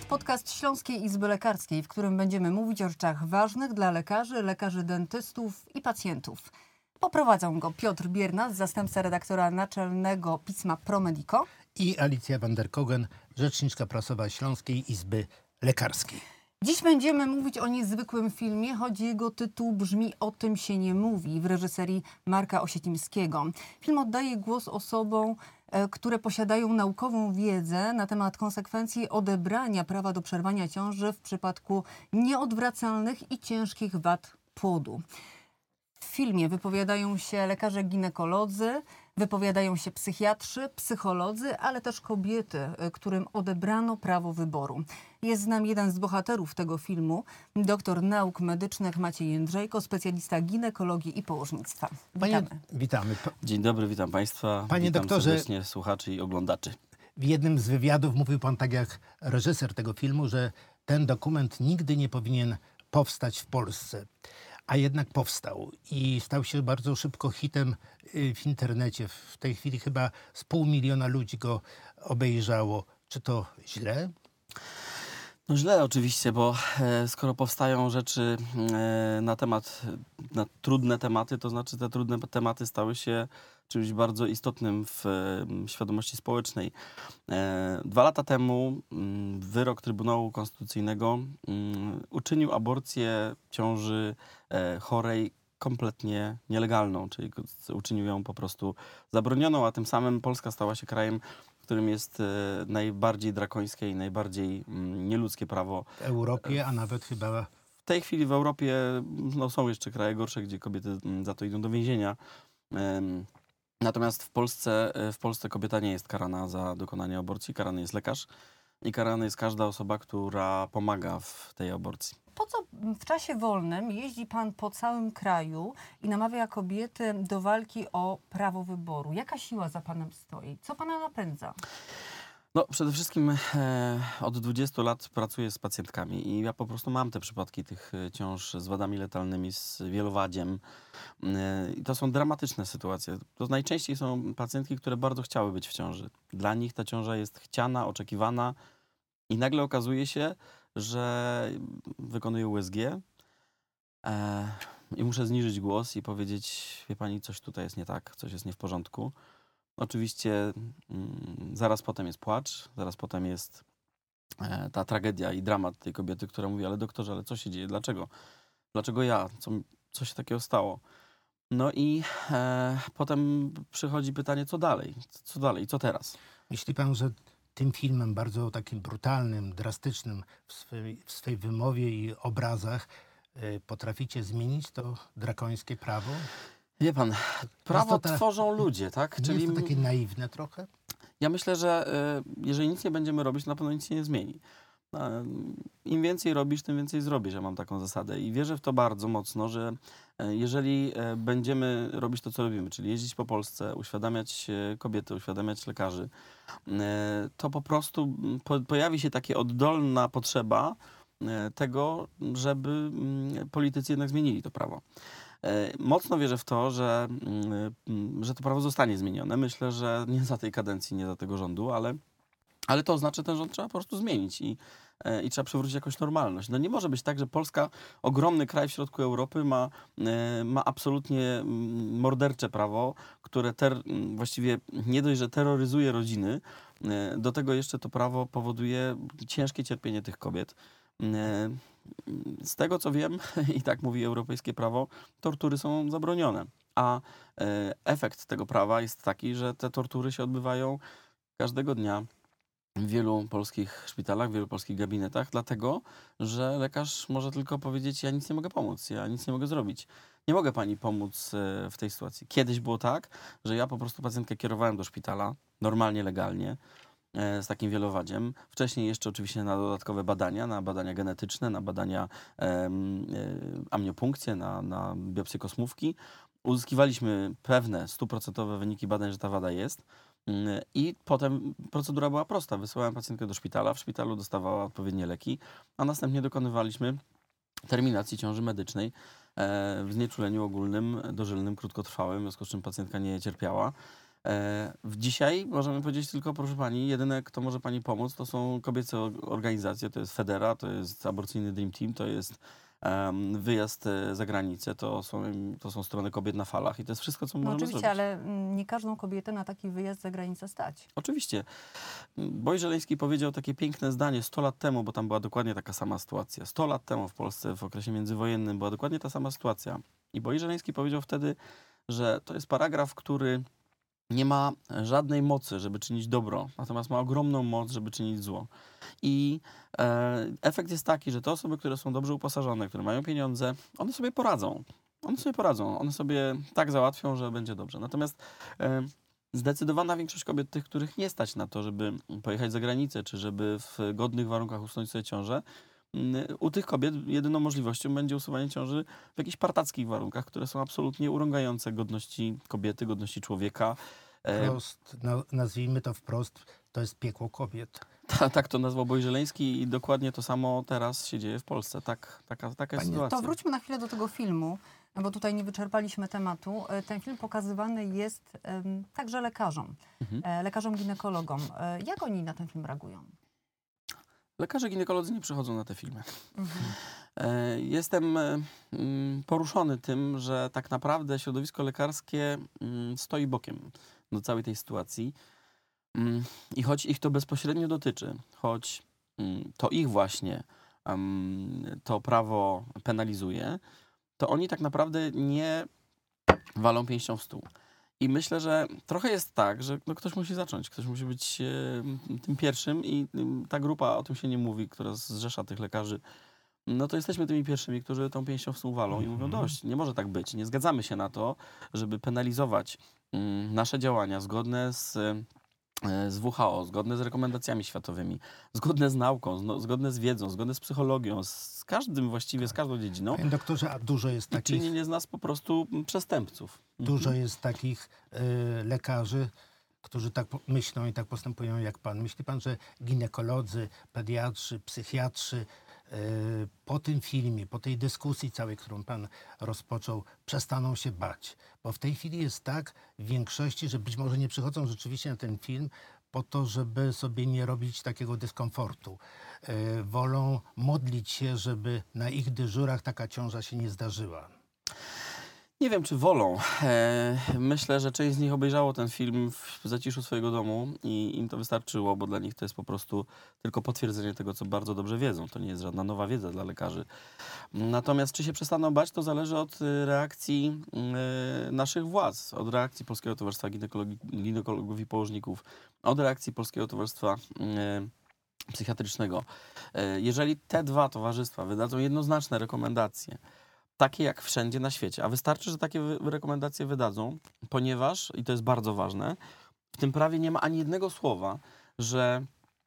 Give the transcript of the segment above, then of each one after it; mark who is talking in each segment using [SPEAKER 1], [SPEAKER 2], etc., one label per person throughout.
[SPEAKER 1] podcast Śląskiej Izby Lekarskiej, w którym będziemy mówić o rzeczach ważnych dla lekarzy, lekarzy dentystów i pacjentów. Poprowadzą go Piotr Biernat, zastępca redaktora naczelnego pisma ProMedico,
[SPEAKER 2] i Alicja van der Kogen, rzeczniczka prasowa Śląskiej Izby Lekarskiej.
[SPEAKER 1] Dziś będziemy mówić o niezwykłym filmie, choć jego tytuł brzmi "O tym się nie mówi" w reżyserii Marka Osiecimskiego. Film oddaje głos osobom, które posiadają naukową wiedzę na temat konsekwencji odebrania prawa do przerwania ciąży w przypadku nieodwracalnych i ciężkich wad płodu. W filmie wypowiadają się lekarze ginekolodzy, wypowiadają się psychiatrzy, psycholodzy, ale też kobiety, którym odebrano prawo wyboru. Jest z nami jeden z bohaterów tego filmu, doktor nauk medycznych Maciej Jędrzejko, specjalista ginekologii i położnictwa. Witamy.
[SPEAKER 2] Witamy.
[SPEAKER 3] Dzień dobry, witam Państwa.
[SPEAKER 2] Panie
[SPEAKER 3] witam
[SPEAKER 2] doktorze,
[SPEAKER 3] serdecznie słuchaczy i oglądaczy.
[SPEAKER 2] W jednym z wywiadów mówił pan, tak jak reżyser tego filmu, że ten dokument nigdy nie powinien powstać w Polsce. A jednak powstał i stał się bardzo szybko hitem w internecie. W tej chwili chyba z 500 000 ludzi go obejrzało. Czy to źle?
[SPEAKER 3] No źle oczywiście, bo skoro powstają rzeczy na trudne tematy, to znaczy te trudne tematy stały się czymś bardzo istotnym w świadomości społecznej. 2 lata temu wyrok Trybunału Konstytucyjnego uczynił aborcję ciąży chorej kompletnie nielegalną, czyli uczynił ją po prostu zabronioną, a tym samym Polska stała się krajem, w którym jest najbardziej drakońskie i najbardziej nieludzkie prawo.
[SPEAKER 2] W Europie, a nawet chyba...
[SPEAKER 3] W tej chwili w Europie są jeszcze kraje gorsze, gdzie kobiety za to idą do więzienia. Natomiast w Polsce kobieta nie jest karana za dokonanie aborcji, karany jest lekarz i karana jest każda osoba, która pomaga w tej aborcji.
[SPEAKER 1] Po co w czasie wolnym jeździ pan po całym kraju i namawia kobiety do walki o prawo wyboru? Jaka siła za panem stoi? Co pana napędza?
[SPEAKER 3] No, przede wszystkim od 20 lat pracuję z pacjentkami i ja po prostu mam te przypadki tych ciąż z wadami letalnymi, z wielowadziem. I to są dramatyczne sytuacje. To najczęściej są pacjentki, które bardzo chciały być w ciąży. Dla nich ta ciąża jest chciana, oczekiwana i nagle okazuje się, że wykonuję USG i muszę zniżyć głos i powiedzieć: wie pani, coś tutaj jest nie tak, coś jest nie w porządku. Oczywiście zaraz potem jest płacz, zaraz potem jest ta tragedia i dramat tej kobiety, która mówi: ale doktorze, ale co się dzieje? Dlaczego? Dlaczego ja? Co się takiego stało? No i potem przychodzi pytanie, co dalej? Co dalej? Co teraz?
[SPEAKER 2] Myśli pan, że tym filmem, bardzo takim brutalnym, drastycznym w swej wymowie i obrazach, potraficie zmienić to drakońskie prawo?
[SPEAKER 3] Wie pan, prawo tworzą ludzie, tak?
[SPEAKER 2] Nie jest to takie naiwne trochę?
[SPEAKER 3] Ja myślę, że jeżeli nic nie będziemy robić, to na pewno nic się nie zmieni. Im więcej robisz, tym więcej zrobisz. Ja mam taką zasadę i wierzę w to bardzo mocno, że jeżeli będziemy robić to, co robimy, czyli jeździć po Polsce, uświadamiać kobiety, uświadamiać lekarzy, to po prostu pojawi się taka oddolna potrzeba tego, żeby politycy jednak zmienili to prawo. Mocno wierzę w to, że to prawo zostanie zmienione. Myślę, że nie za tej kadencji, nie za tego rządu, ale to oznacza, że ten rząd trzeba po prostu zmienić i trzeba przywrócić jakąś normalność. No nie może być tak, że Polska, ogromny kraj w środku Europy, ma absolutnie mordercze prawo, które właściwie nie dość, że terroryzuje rodziny, do tego jeszcze to prawo powoduje ciężkie cierpienie tych kobiet. Z tego co wiem, i tak mówi europejskie prawo, tortury są zabronione. A efekt tego prawa jest taki, że te tortury się odbywają każdego dnia w wielu polskich szpitalach, w wielu polskich gabinetach, dlatego, że lekarz może tylko powiedzieć: ja nic nie mogę pomóc, ja nic nie mogę zrobić. Nie mogę pani pomóc w tej sytuacji. Kiedyś było tak, że ja po prostu pacjentkę kierowałem do szpitala, normalnie, legalnie, z takim wielowadziem. Wcześniej jeszcze oczywiście na dodatkowe badania, na badania genetyczne, na badania amniopunkcje, na biopsję kosmówki. Uzyskiwaliśmy pewne 100% wyniki badań, że ta wada jest. I potem procedura była prosta. Wysyłałem pacjentkę do szpitala, w szpitalu dostawała odpowiednie leki, a następnie dokonywaliśmy terminacji ciąży medycznej w znieczuleniu ogólnym, dożylnym, krótkotrwałym, w związku z czym pacjentka nie cierpiała. Dzisiaj możemy powiedzieć tylko, proszę pani, jedyne, kto może pani pomóc, to są kobiece organizacje, to jest Federa, to jest Aborcyjny Dream Team, to jest wyjazd za granicę, to są strony kobiet na falach i to jest wszystko, co
[SPEAKER 1] No
[SPEAKER 3] możemy
[SPEAKER 1] oczywiście,
[SPEAKER 3] zrobić.
[SPEAKER 1] ale nie każdą kobietę na taki wyjazd za granicę stać.
[SPEAKER 3] Oczywiście. Boj Żeleński powiedział takie piękne zdanie 100 lat temu, bo tam była dokładnie taka sama sytuacja. 100 lat temu w Polsce, w okresie międzywojennym była dokładnie ta sama sytuacja. I Boj Żeleński powiedział wtedy, że to jest paragraf, który nie ma żadnej mocy, żeby czynić dobro, natomiast ma ogromną moc, żeby czynić zło. I efekt jest taki, że te osoby, które są dobrze uposażone, które mają pieniądze, one sobie poradzą. One sobie tak załatwią, że będzie dobrze. Natomiast zdecydowana większość kobiet, tych, których nie stać na to, żeby pojechać za granicę, czy żeby w godnych warunkach usunąć sobie ciążę, u tych kobiet jedyną możliwością będzie usuwanie ciąży w jakichś partackich warunkach, które są absolutnie urągające godności kobiety, godności człowieka.
[SPEAKER 2] Wprost, nazwijmy to wprost, to jest piekło kobiet.
[SPEAKER 3] Tak to nazwał Boj Żeleński i dokładnie to samo teraz się dzieje w Polsce. Taka jest
[SPEAKER 2] Panie,
[SPEAKER 3] sytuacja.
[SPEAKER 1] To wróćmy na chwilę do tego filmu, bo tutaj nie wyczerpaliśmy tematu. Ten film pokazywany jest także lekarzom, lekarzom ginekologom. Jak oni na ten film reagują?
[SPEAKER 3] Lekarze ginekolodzy nie przychodzą na te filmy. Jestem poruszony tym, że tak naprawdę środowisko lekarskie stoi bokiem do całej tej sytuacji. I choć ich to bezpośrednio dotyczy, choć to ich właśnie to prawo penalizuje, to oni tak naprawdę nie walą pięścią w stół. I myślę, że trochę jest tak, że no ktoś musi zacząć, ktoś musi być tym pierwszym i ta grupa, o tym się nie mówi, która zrzesza tych lekarzy, no to jesteśmy tymi pierwszymi, którzy tą pięścią w stół walą i mówią dość, nie może tak być. Nie zgadzamy się na to, żeby penalizować nasze działania zgodne z WHO, zgodne z rekomendacjami światowymi, zgodne z nauką, zgodne z wiedzą, zgodne z psychologią, z każdym właściwie, z każdą dziedziną.
[SPEAKER 2] Panie doktorze, a dużo jest
[SPEAKER 3] I
[SPEAKER 2] takich,
[SPEAKER 3] czynienie z nas po prostu przestępców.
[SPEAKER 2] dużo jest takich lekarzy, którzy tak myślą i tak postępują jak pan. Myśli pan, że ginekolodzy, pediatrzy, psychiatrzy po tym filmie, po tej dyskusji całej, którą pan rozpoczął, przestaną się bać? Bo w tej chwili jest tak w większości, że być może nie przychodzą rzeczywiście na ten film po to, żeby sobie nie robić takiego dyskomfortu. Wolą modlić się, żeby na ich dyżurach taka ciąża się nie zdarzyła.
[SPEAKER 3] Nie wiem, czy wolą. Myślę, że część z nich obejrzało ten film w zaciszu swojego domu i im to wystarczyło, bo dla nich to jest po prostu tylko potwierdzenie tego, co bardzo dobrze wiedzą. To nie jest żadna nowa wiedza dla lekarzy. Natomiast czy się przestaną bać, to zależy od reakcji naszych władz, od reakcji Polskiego Towarzystwa Ginekologów i Położników, od reakcji Polskiego Towarzystwa Psychiatrycznego. Jeżeli te dwa towarzystwa wydadzą jednoznaczne rekomendacje, takie jak wszędzie na świecie. A wystarczy, że takie rekomendacje wydadzą, ponieważ, i to jest bardzo ważne, w tym prawie nie ma ani jednego słowa, że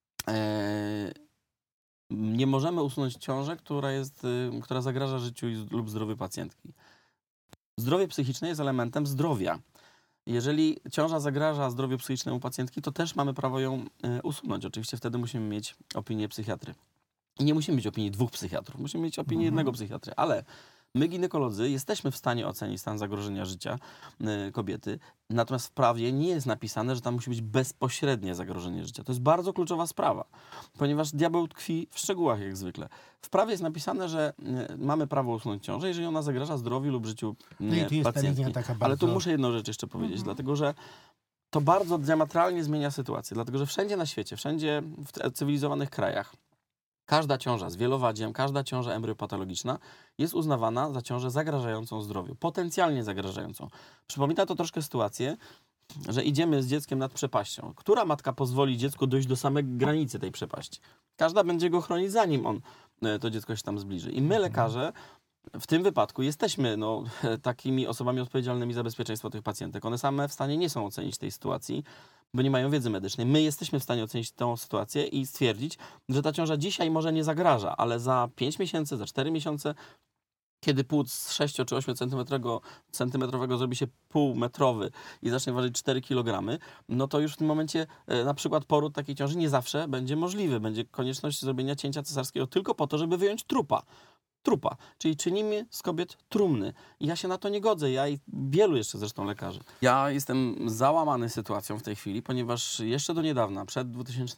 [SPEAKER 3] nie możemy usunąć ciążę, która zagraża życiu lub zdrowiu pacjentki. Zdrowie psychiczne jest elementem zdrowia. Jeżeli ciąża zagraża zdrowiu psychicznemu pacjentki, to też mamy prawo ją usunąć. Oczywiście wtedy musimy mieć opinię psychiatry. I nie musimy mieć opinii dwóch psychiatrów, musimy mieć opinię jednego psychiatry, ale my, ginekolodzy, jesteśmy w stanie ocenić stan zagrożenia życia kobiety, natomiast w prawie nie jest napisane, że tam musi być bezpośrednie zagrożenie życia. To jest bardzo kluczowa sprawa, ponieważ diabeł tkwi w szczegółach jak zwykle. W prawie jest napisane, że mamy prawo usunąć ciążę, jeżeli ona zagraża zdrowiu lub życiu
[SPEAKER 2] No i tu jest ta
[SPEAKER 3] pacjentki.
[SPEAKER 2] linia taka
[SPEAKER 3] Ale tu
[SPEAKER 2] bardzo...
[SPEAKER 3] muszę jedną rzecz jeszcze powiedzieć, dlatego że to bardzo diametralnie zmienia sytuację, dlatego że wszędzie na świecie, wszędzie w cywilizowanych krajach, każda ciąża z wielowadziem, każda ciąża embryopatologiczna jest uznawana za ciążę zagrażającą zdrowiu, potencjalnie zagrażającą. Przypomina to troszkę sytuację, że idziemy z dzieckiem nad przepaścią. Która matka pozwoli dziecku dojść do samej granicy tej przepaści? Każda będzie go chronić, zanim to dziecko się tam zbliży. I my, lekarze, w tym wypadku jesteśmy takimi osobami odpowiedzialnymi za bezpieczeństwo tych pacjentek. One same w stanie nie są ocenić tej sytuacji, bo nie mają wiedzy medycznej. My jesteśmy w stanie ocenić tę sytuację i stwierdzić, że ta ciąża dzisiaj może nie zagraża, ale za 5 miesięcy, za 4 miesiące, kiedy płód z 6 czy 8 centymetrowego zrobi się półmetrowy i zacznie ważyć 4 kg, no to już w tym momencie na przykład poród takiej ciąży nie zawsze będzie możliwy. Będzie konieczność zrobienia cięcia cesarskiego tylko po to, żeby wyjąć trupa. trupa, czyli czynimy z kobiet trumny. I ja się na to nie godzę, ja i wielu jeszcze zresztą lekarzy. Ja jestem załamany sytuacją w tej chwili, ponieważ jeszcze do niedawna, przed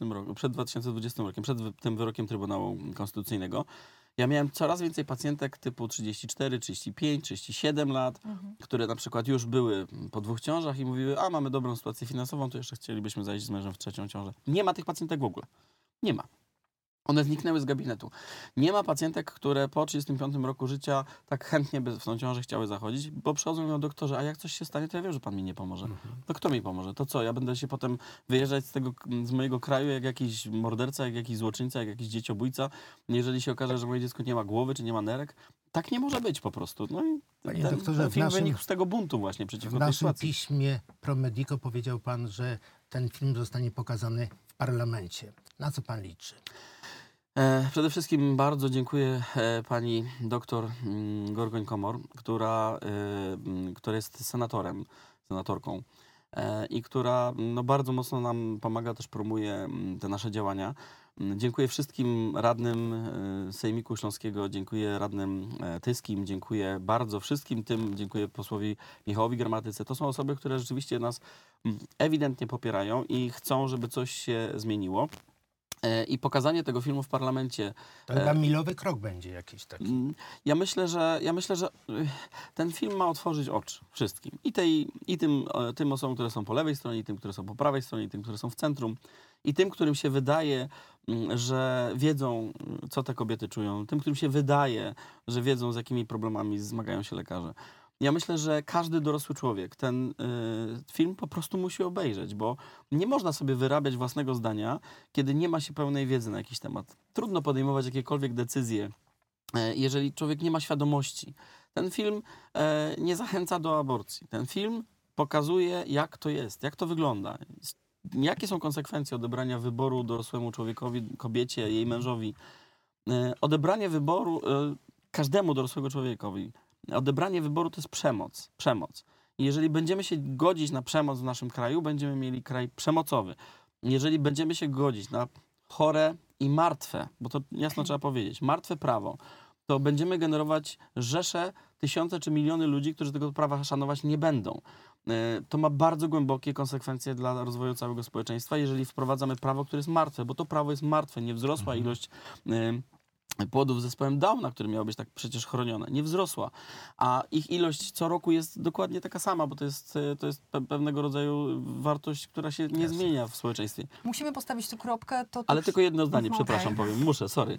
[SPEAKER 3] 2020 rokiem, przed tym wyrokiem Trybunału Konstytucyjnego, ja miałem coraz więcej pacjentek typu 34, 35, 37 lat, które na przykład już były po 2 ciążach i mówiły, a mamy dobrą sytuację finansową, to jeszcze chcielibyśmy zajść z mężem w 3. ciążę. Nie ma tych pacjentek w ogóle. Nie ma. One zniknęły z gabinetu. Nie ma pacjentek, które po 35 roku życia tak chętnie by w tą ciążę chciały zachodzić, bo przychodzą mi, doktorze, a jak coś się stanie, to ja wiem, że pan mi nie pomoże. To kto mi pomoże? To co? Ja będę się potem wyjeżdżać z mojego kraju jak jakiś morderca, jak jakiś złoczyńca, jak jakiś dzieciobójca, jeżeli się okaże, że moje dziecko nie ma głowy, czy nie ma nerek. Tak nie może być po prostu. No i
[SPEAKER 2] Panie doktorze,
[SPEAKER 3] ten film wynikł z tego buntu właśnie przeciwko
[SPEAKER 2] W
[SPEAKER 3] tej
[SPEAKER 2] naszym
[SPEAKER 3] sytuacji.
[SPEAKER 2] piśmie ProMedico powiedział pan, że ten film zostanie pokazany w parlamencie. Na co pan liczy?
[SPEAKER 3] Przede wszystkim bardzo dziękuję pani doktor Gorgoń-Komor, która jest senatorką i która no, bardzo mocno nam pomaga, też promuje te nasze działania. Dziękuję wszystkim radnym Sejmiku Śląskiego, dziękuję radnym Tyskim, dziękuję bardzo wszystkim tym, dziękuję posłowi Michałowi Gramatyce. To są osoby, które rzeczywiście nas ewidentnie popierają i chcą, żeby coś się zmieniło. I pokazanie tego filmu w parlamencie.
[SPEAKER 2] To chyba milowy krok będzie jakiś taki.
[SPEAKER 3] Ja myślę, że ten film ma otworzyć oczy wszystkim. Tym osobom, które są po lewej stronie, i tym, które są po prawej stronie, i tym, które są w centrum, i tym, którym się wydaje, że wiedzą, co te kobiety czują, tym, którym się wydaje, że wiedzą, z jakimi problemami zmagają się lekarze. Ja myślę, że każdy dorosły człowiek ten film po prostu musi obejrzeć, bo nie można sobie wyrabiać własnego zdania, kiedy nie ma się pełnej wiedzy na jakiś temat. Trudno podejmować jakiekolwiek decyzje, jeżeli człowiek nie ma świadomości. Ten film nie zachęca do aborcji. Ten film pokazuje, jak to jest, jak to wygląda. Jakie są konsekwencje odebrania wyboru dorosłemu człowiekowi, kobiecie, jej mężowi. Odebranie wyboru każdemu dorosłego człowiekowi. Odebranie wyboru to jest przemoc. Przemoc. I jeżeli będziemy się godzić na przemoc w naszym kraju, będziemy mieli kraj przemocowy. Jeżeli będziemy się godzić na chore i martwe, bo to jasno trzeba powiedzieć, martwe prawo, to będziemy generować rzesze, tysiące czy miliony ludzi, którzy tego prawa szanować nie będą. To ma bardzo głębokie konsekwencje dla rozwoju całego społeczeństwa, jeżeli wprowadzamy prawo, które jest martwe, bo to prawo jest martwe, nie wzrosła ilość płodów z zespołem Downa, które miały być tak przecież chronione, nie wzrosła, a ich ilość co roku jest dokładnie taka sama, bo to jest pewnego rodzaju wartość, która się nie zmienia w społeczeństwie.
[SPEAKER 1] Musimy postawić tu kropkę.
[SPEAKER 3] Ale tylko jedno zdanie,
[SPEAKER 1] Mhm,
[SPEAKER 3] przepraszam,
[SPEAKER 1] okej.
[SPEAKER 3] powiem, muszę, sorry.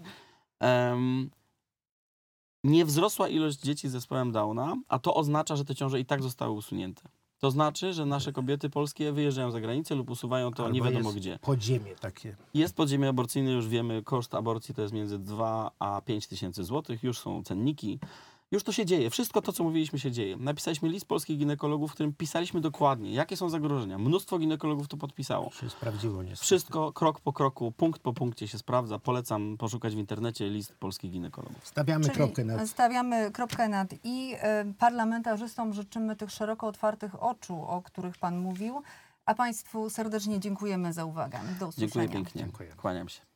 [SPEAKER 3] Nie wzrosła ilość dzieci z zespołem Downa, a to oznacza, że te ciąże i tak zostały usunięte. To znaczy, że nasze kobiety polskie wyjeżdżają za granicę lub usuwają to
[SPEAKER 2] Albo
[SPEAKER 3] nie wiadomo
[SPEAKER 2] jest
[SPEAKER 3] gdzie.
[SPEAKER 2] podziemie takie.
[SPEAKER 3] Jest podziemie aborcyjne, już wiemy, koszt aborcji to jest między 2 a 5 tysięcy złotych, już są cenniki. Już to się dzieje. Wszystko to, co mówiliśmy, się dzieje. Napisaliśmy list polskich ginekologów, w którym pisaliśmy dokładnie, jakie są zagrożenia. Mnóstwo ginekologów to podpisało.
[SPEAKER 2] Się sprawdziło niestety.
[SPEAKER 3] Wszystko krok po kroku, punkt po punkcie się sprawdza. Polecam poszukać w internecie list polskich ginekologów.
[SPEAKER 2] Stawiamy kropkę nad...
[SPEAKER 1] Stawiamy kropkę nad i. Parlamentarzystom życzymy tych szeroko otwartych oczu, o których pan mówił. A państwu serdecznie dziękujemy za uwagę. Do usłyszenia.
[SPEAKER 3] Dziękuję pięknie.
[SPEAKER 2] Dziękuję.
[SPEAKER 3] Kłaniam się.